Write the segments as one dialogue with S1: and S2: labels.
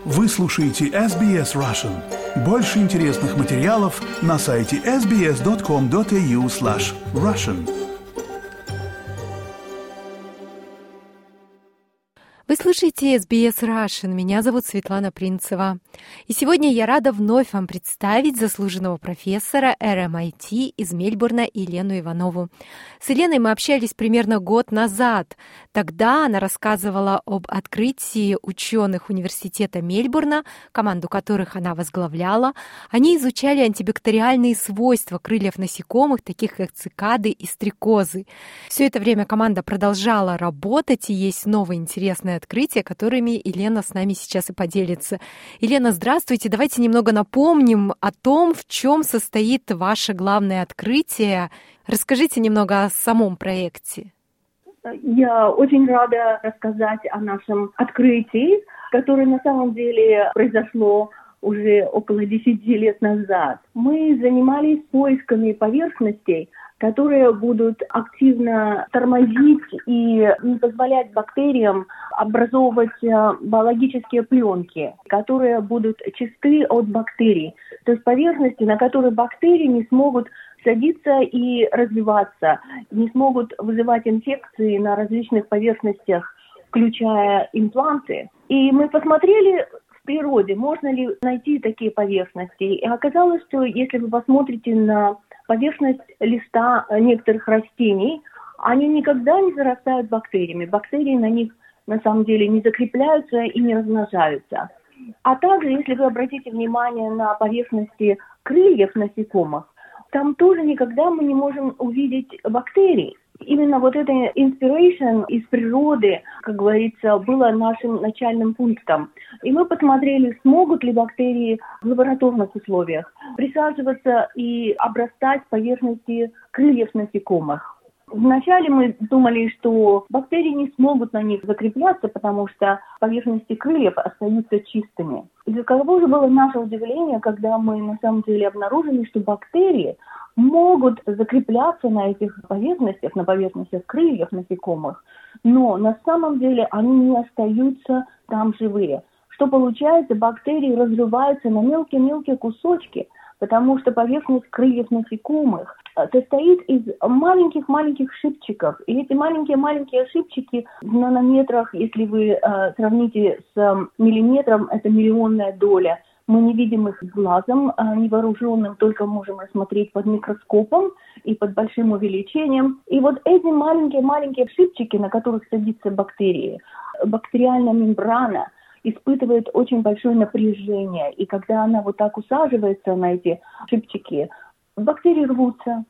S1: Вы слушаете SBS Russian. Больше интересных материалов на сайте sbs.com.au/russian.
S2: Вы слушаете SBS Russian. Меня зовут Светлана Принцева. И сегодня я рада вновь вам представить заслуженного профессора RMIT из Мельбурна Елену Иванову. С Еленой мы общались примерно год назад. Тогда она рассказывала об открытии ученых университета Мельбурна, команду которых она возглавляла. Они изучали антибактериальные свойства крыльев насекомых, таких как цикады и стрекозы. Все это время команда продолжала работать, и есть новые интересные открытия, которыми Елена с нами сейчас и поделится. Елена, здравствуйте. Давайте немного напомним о том, в чем состоит ваше главное открытие. Расскажите немного о самом проекте.
S3: Я очень рада рассказать о нашем открытии, которое на самом деле произошло уже около 10 лет назад. Мы занимались поисками поверхностей, которые будут активно тормозить и не позволять бактериям образовывать биологические пленки, которые будут чисты от бактерий. То есть поверхности, на которые бактерии не смогут садиться и развиваться, не смогут вызывать инфекции на различных поверхностях, включая импланты. И мы посмотрели в природе, можно ли найти такие поверхности. И оказалось, что если вы посмотрите на поверхность листа некоторых растений, они никогда не зарастают бактериями. Бактерии на них на самом деле не закрепляются и не размножаются. А также, если вы обратите внимание на поверхности крыльев насекомых, там тоже никогда мы не можем увидеть бактерий. Именно вот это inspiration из природы, как говорится, было нашим начальным пунктом. И мы посмотрели, смогут ли бактерии в лабораторных условиях присаживаться и обрастать поверхности крыльев насекомых. Вначале мы думали, что бактерии не смогут на них закрепляться, потому что поверхности крыльев остаются чистыми. И каково же было наше удивление, когда мы на самом деле обнаружили, что бактерии могут закрепляться на этих поверхностях, на поверхностях крыльев насекомых, но на самом деле они не остаются там живые. Что получается, бактерии разрываются на мелкие-мелкие кусочки, потому что поверхность крыльев насекомых состоит из маленьких-маленьких шипчиков. И эти маленькие-маленькие шипчики в нанометрах, если вы сравните с миллиметром, это миллионная доля. Мы не видим их глазом невооруженным, только можем рассмотреть под микроскопом и под большим увеличением. И вот эти маленькие-маленькие шипчики, на которых садятся бактерии, бактериальная мембрана испытывает очень большое напряжение. И когда она вот так усаживается на эти шипчики, бактерии рвутся.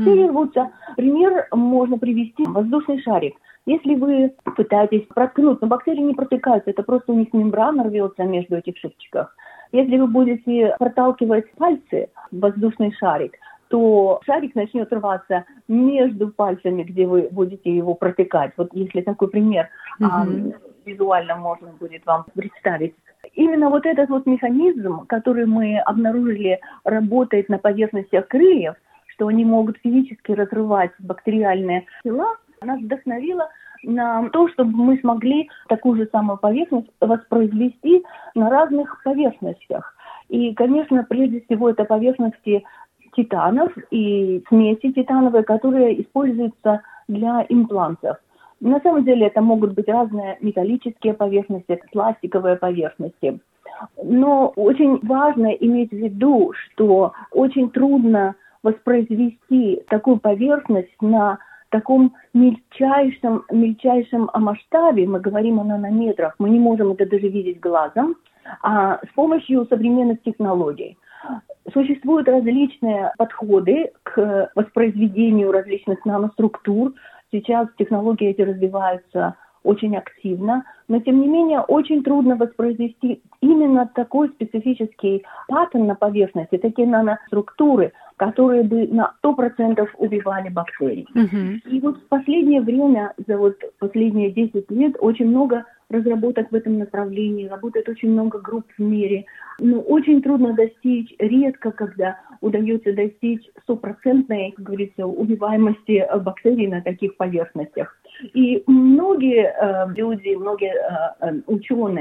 S3: Пример можно привести: воздушный шарик. Если вы пытаетесь проткнуть, но бактерии не протыкаются, это просто у них мембрана рвется между этих шипчиков. Если вы будете проталкивать пальцы в воздушный шарик, то шарик начнет рваться между пальцами, где вы будете его протыкать. Вот если такой пример визуально можно будет вам представить. Именно вот этот вот механизм, который мы обнаружили, работает на поверхностях крыльев, что они могут физически разрывать бактериальные тела, нас вдохновило на то, чтобы мы смогли такую же самую поверхность воспроизвести на разных поверхностях. И, конечно, прежде всего это поверхности титанов и смеси титановые, которые используются для имплантов. На самом деле это могут быть разные металлические поверхности, пластиковые поверхности. Но очень важно иметь в виду, что очень трудно воспроизвести такую поверхность на таком мельчайшем масштабе. Мы говорим о нанометрах, мы не можем это даже видеть глазом, а с помощью современных технологий. Существуют различные подходы к воспроизведению различных наноструктур. Сейчас технологии эти развиваются очень активно, но тем не менее очень трудно воспроизвести именно такой специфический паттерн на поверхности, такие наноструктуры, которые бы на 100% убивали бактерии. И вот в последнее время, за вот последние 10 лет, очень много разработок в этом направлении, работает очень много групп в мире, но очень трудно достичь, редко когда удается достичь 100%, как говорится, убиваемости бактерий на таких поверхностях. И многие люди, многие ученые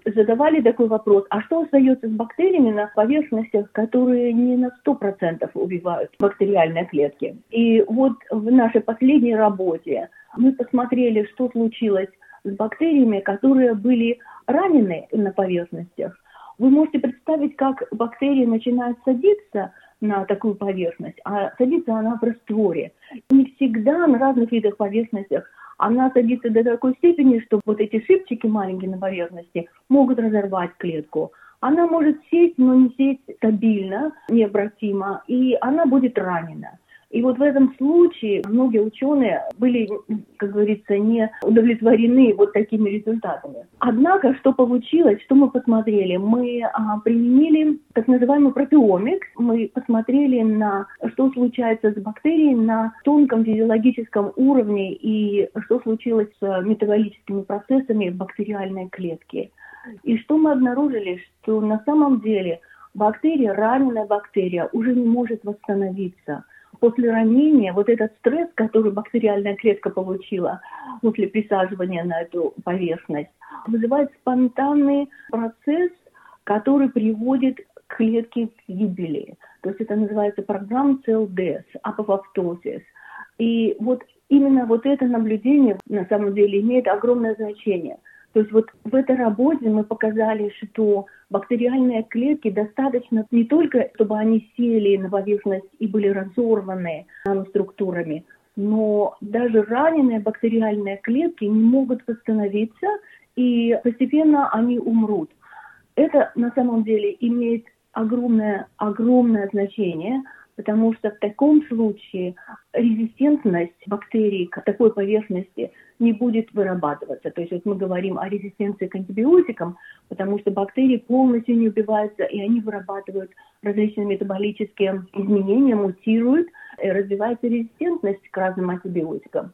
S3: задавали такой вопрос, а что остается с бактериями на поверхностях, которые не на 100% убивают бактериальные клетки? И вот в нашей последней работе мы посмотрели, что случилось с бактериями, которые были ранены на поверхностях. Вы можете представить, как бактерия начинает садиться на такую поверхность, а садится она в растворе. Не всегда на разных видах поверхностях она садится до такой степени, что вот эти шипчики маленькие на поверхности могут разорвать клетку. Она может сесть, но не сесть стабильно, необратимо, и она будет ранена. И вот в этом случае многие ученые были, как говорится, не удовлетворены вот такими результатами. Однако, что получилось, что мы посмотрели? Мы применили так называемый протеомикс. Мы посмотрели на что случается с бактерией на тонком физиологическом уровне и что случилось с метаболическими процессами бактериальной клетки. И что мы обнаружили? Что на самом деле бактерия, раненая бактерия, уже не может восстановиться. После ранения вот этот стресс, который бактериальная клетка получила после присаживания на эту поверхность, вызывает спонтанный процесс, который приводит к клетке к гибели. То есть это называется программа cell death, апоптозис. И вот именно вот это наблюдение на самом деле имеет огромное значение. То есть вот в этой работе мы показали, что бактериальные клетки достаточно не только, чтобы они сели на поверхность и были разорваны наноструктурами, но даже раненые бактериальные клетки не могут восстановиться, и постепенно они умрут. Это на самом деле имеет огромное значение, потому что в таком случае резистентность бактерий к такой поверхности не будет вырабатываться. То есть вот мы говорим о резистенции к антибиотикам, потому что бактерии полностью не убиваются, и они вырабатывают различные метаболические изменения, мутируют, и развивается резистентность к разным антибиотикам.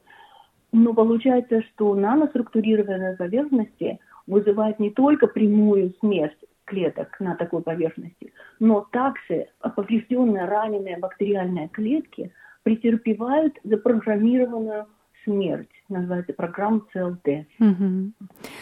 S3: Но получается, что наноструктурированные поверхности вызывают не только прямую смерть клеток на такой поверхности, но также поврежденные, раненые бактериальные клетки претерпевают запрограммированную смерть. Называется программа cell death.
S2: Угу.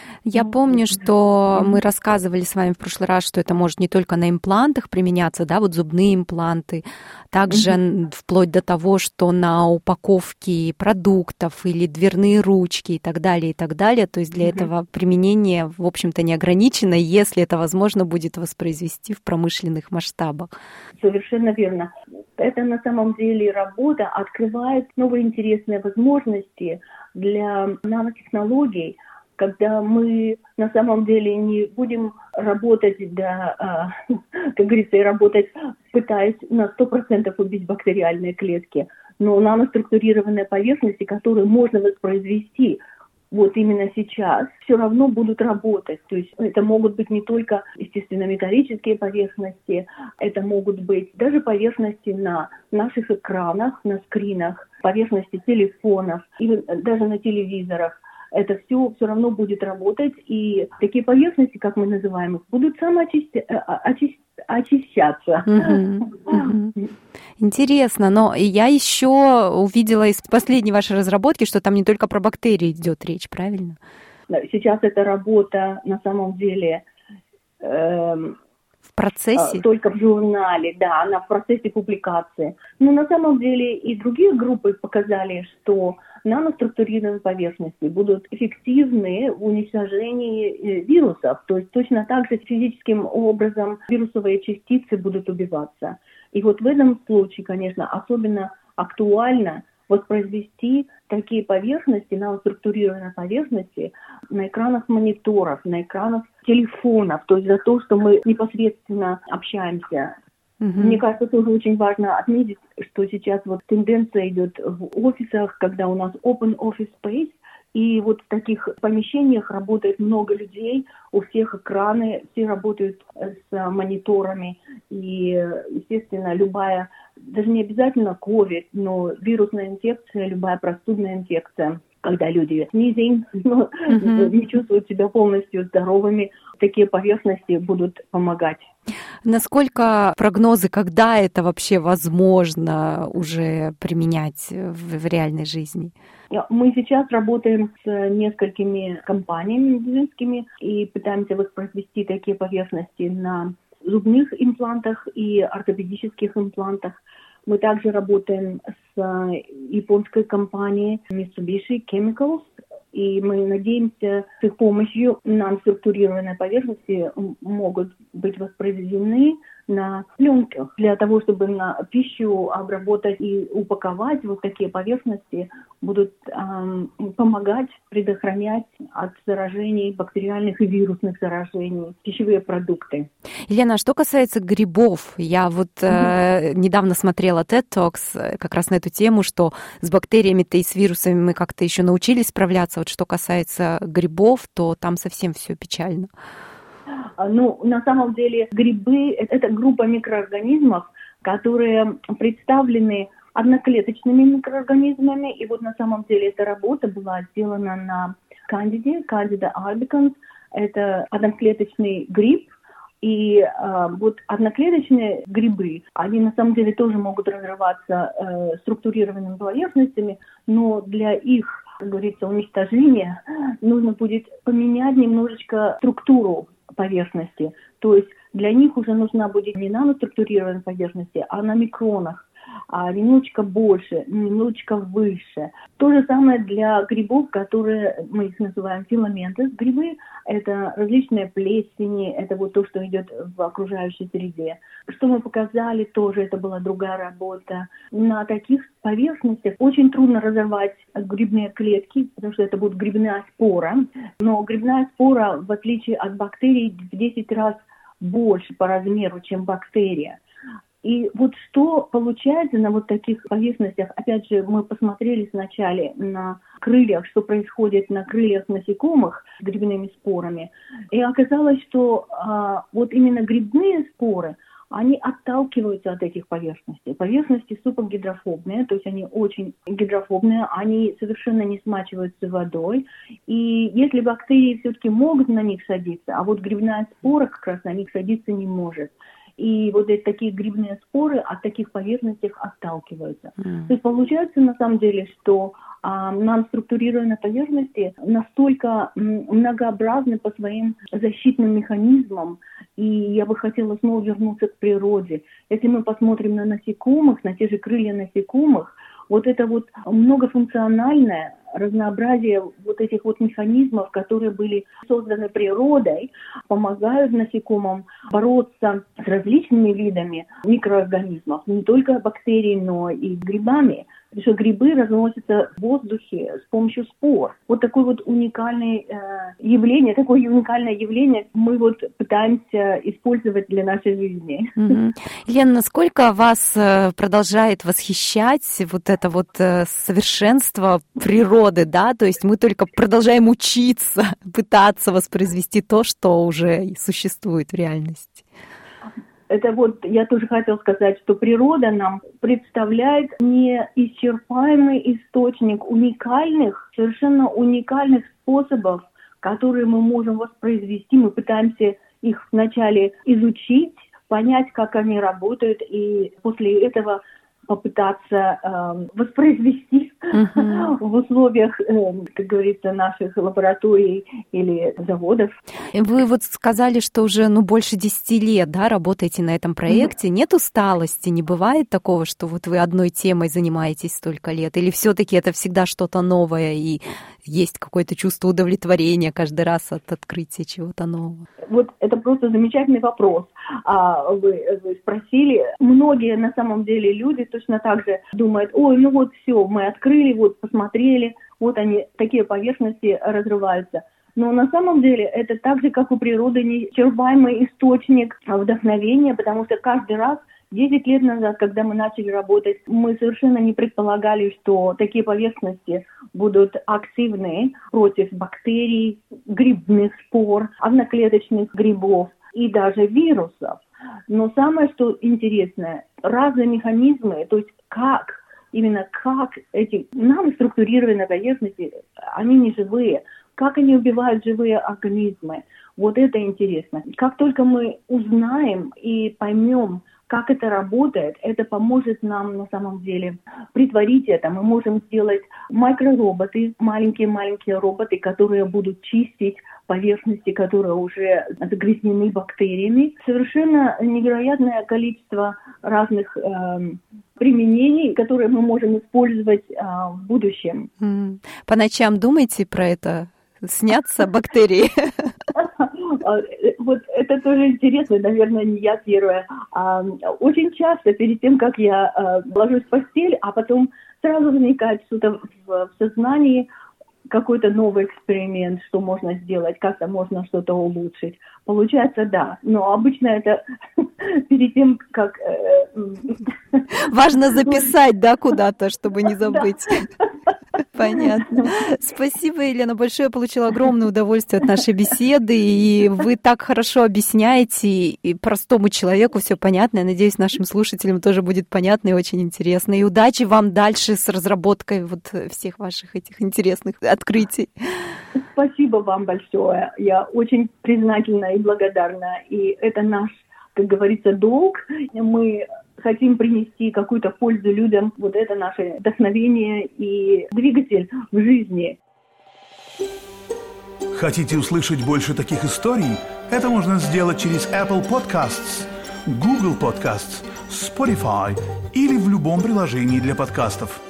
S2: Я помню, что мы рассказывали с вами в прошлый раз, что это может не только на имплантах применяться, да, вот зубные импланты, также вплоть до того, что на упаковке продуктов или дверные ручки и так далее, и так далее. То есть для этого применение, в общем-то, не ограничено, если это возможно будет воспроизвести в промышленных масштабах.
S3: Совершенно верно. Это на самом деле работа открывает новые интересные возможности для нанотехнологий, когда мы на самом деле не будем работать, как говорится, и работать, пытаясь на 100% убить бактериальные клетки, но наноструктурированные поверхности, которые можно воспроизвести вот именно сейчас, все равно будут работать. То есть это могут быть не только, естественно, металлические поверхности, это могут быть даже поверхности на наших экранах, на скринах, поверхности телефонов и даже на телевизорах. Это все равно будет работать, и такие поверхности, как мы называем их, будут очищаться.
S2: Интересно, но я еще увидела из последней вашей разработки, что там не только про бактерии идет речь, правильно?
S3: Сейчас эта работа на самом деле
S2: в процессе?
S3: Только в журнале, да, она в процессе публикации. Но на самом деле и другие группы показали, что наноструктурированные поверхности будут эффективны в уничтожении вирусов. То есть точно так же физическим образом вирусовые частицы будут убиваться. И вот в этом случае, конечно, особенно актуально воспроизвести такие поверхности, наноструктурированные поверхности на экранах мониторов, на экранах телефонов, то есть за то, что мы непосредственно общаемся. Мне кажется, тоже очень важно отметить, что сейчас вот тенденция идет в офисах, когда у нас open office space, и вот в таких помещениях работает много людей, у всех экраны, все работают с мониторами, и, естественно, любая, даже не обязательно COVID, но вирусная инфекция, любая простудная инфекция когда люди снизень, но не чувствуют себя полностью здоровыми, такие поверхности будут помогать.
S2: Насколько прогнозы, когда это вообще возможно уже применять в реальной жизни?
S3: Мы сейчас работаем с несколькими компаниями медицинскими и пытаемся воспроизвести такие поверхности на зубных имплантах и ортопедических имплантах. Мы также работаем с японской компанией Mitsubishi Chemicals, и мы надеемся, с их помощью структурированные поверхности могут быть воспроизведены на пленках. Для того, чтобы на пищу обработать и упаковать, вот такие поверхности будут помогать предохранять от заражений, бактериальных и вирусных заражений, пищевые продукты.
S2: Елена, а что касается грибов, я недавно смотрела TED Talks как раз на эту тему, что с бактериями-то и с вирусами мы как-то еще научились справляться. Вот что касается грибов, то там совсем все печально.
S3: На самом деле грибы – это группа микроорганизмов, которые представлены одноклеточными микроорганизмами. И вот на самом деле эта работа была сделана на кандиде, Candida albicans. Это одноклеточный гриб. И вот одноклеточные грибы, они на самом деле тоже могут разрываться структурированными поверхностями, но для их, как говорится, уничтожения нужно будет поменять немножечко структуру поверхности. То есть для них уже нужна будет не наноструктурированная поверхность, а на микронах, немножечко больше, немножечко выше. То же самое для грибов, которые мы их называем филаментес. Грибы – это различные плесени, это вот то, что идет в окружающей среде. Что мы показали, тоже это была другая работа. На таких поверхностях очень трудно разорвать грибные клетки, потому что это будет грибная спора. Но грибная спора, в отличие от бактерий, в 10 раз больше по размеру, чем бактерия. И вот что получается на вот таких поверхностях, опять же, мы посмотрели сначала на крыльях, что происходит на крыльях насекомых с грибными спорами, и оказалось, что вот именно грибные споры, они отталкиваются от этих поверхностей. Поверхности супергидрофобные, то есть они очень гидрофобные, они совершенно не смачиваются водой. И если бактерии все-таки могут на них садиться, а вот грибная спора как раз на них садиться не может. И вот эти такие грибные споры от таких поверхностей отталкиваются. То есть получается на самом деле, что структурированные поверхности настолько многообразны по своим защитным механизмам. И я бы хотела снова вернуться к природе. Если мы посмотрим на насекомых, на те же крылья насекомых, вот это вот многофункциональное разнообразие вот этих вот механизмов, которые были созданы природой, помогают насекомым бороться с различными видами микроорганизмов, не только бактерий, но и грибами. Потому что грибы разносятся в воздухе с помощью спор. Вот такое вот уникальное явление мы вот пытаемся использовать для нашей жизни.
S2: Лена, насколько вас продолжает восхищать вот это вот совершенство природы, да? То есть мы только продолжаем учиться, пытаться воспроизвести то, что уже существует в реальности.
S3: Это вот я тоже хотела сказать, что природа нам представляет неисчерпаемый источник совершенно уникальных способов, которые мы можем воспроизвести. Мы пытаемся их вначале изучить, понять, как они работают, и после этого попытаться воспроизвести в условиях, как говорится, наших лабораторий или заводов.
S2: Вы вот сказали, что уже больше 10 лет, да, работаете на этом проекте. Нет усталости? Не бывает такого, что вот вы одной темой занимаетесь столько лет? Или все-таки это всегда что-то новое и есть какое-то чувство удовлетворения каждый раз от открытия чего-то нового?
S3: Вот это просто замечательный вопрос. Вы спросили. Многие на самом деле люди точно так же думают: ой, вот все, мы открыли, вот посмотрели, вот они, такие поверхности разрываются. Но на самом деле это так же, как у природы, неисчерпаемый источник вдохновения, потому что каждый раз, 10 лет назад, когда мы начали работать, мы совершенно не предполагали, что такие поверхности будут активны против бактерий, грибных спор, одноклеточных грибов и даже вирусов. Но самое, что интересное, разные механизмы, то есть как именно как эти наноструктурированные поверхности, они не живые, как они убивают живые организмы. Вот это интересно. Как только мы узнаем и поймем, как это работает, это поможет нам на самом деле притворить это. Мы можем сделать микророботы, маленькие роботы, которые будут чистить поверхности, которые уже загрязнены бактериями. Совершенно невероятное количество разных применений, которые мы можем использовать в будущем.
S2: По ночам думаете про это? Снятся бактерии?
S3: Вот это тоже интересно, наверное, не я первая. Очень часто перед тем, как я ложусь в постель, а потом сразу возникает что-то в сознании, какой-то новый эксперимент, что можно сделать, как-то можно что-то улучшить. Получается, да. Но обычно это перед тем, как...
S2: Важно записать, да, куда-то, чтобы не забыть. Понятно. Спасибо, Елена, большое. Я получила огромное удовольствие от нашей беседы, и вы так хорошо объясняете, и простому человеку все понятно. Я надеюсь, нашим слушателям тоже будет понятно и очень интересно. И удачи вам дальше с разработкой вот всех ваших этих интересных открытий.
S3: Спасибо вам большое. Я очень признательна и благодарна. И это наш, как говорится, долг. Мы хотим принести какую-то пользу людям. Вот это наше вдохновение и двигатель в жизни.
S1: Хотите услышать больше таких историй? Это можно сделать через Apple Podcasts, Google Podcasts, Spotify или в любом приложении для подкастов.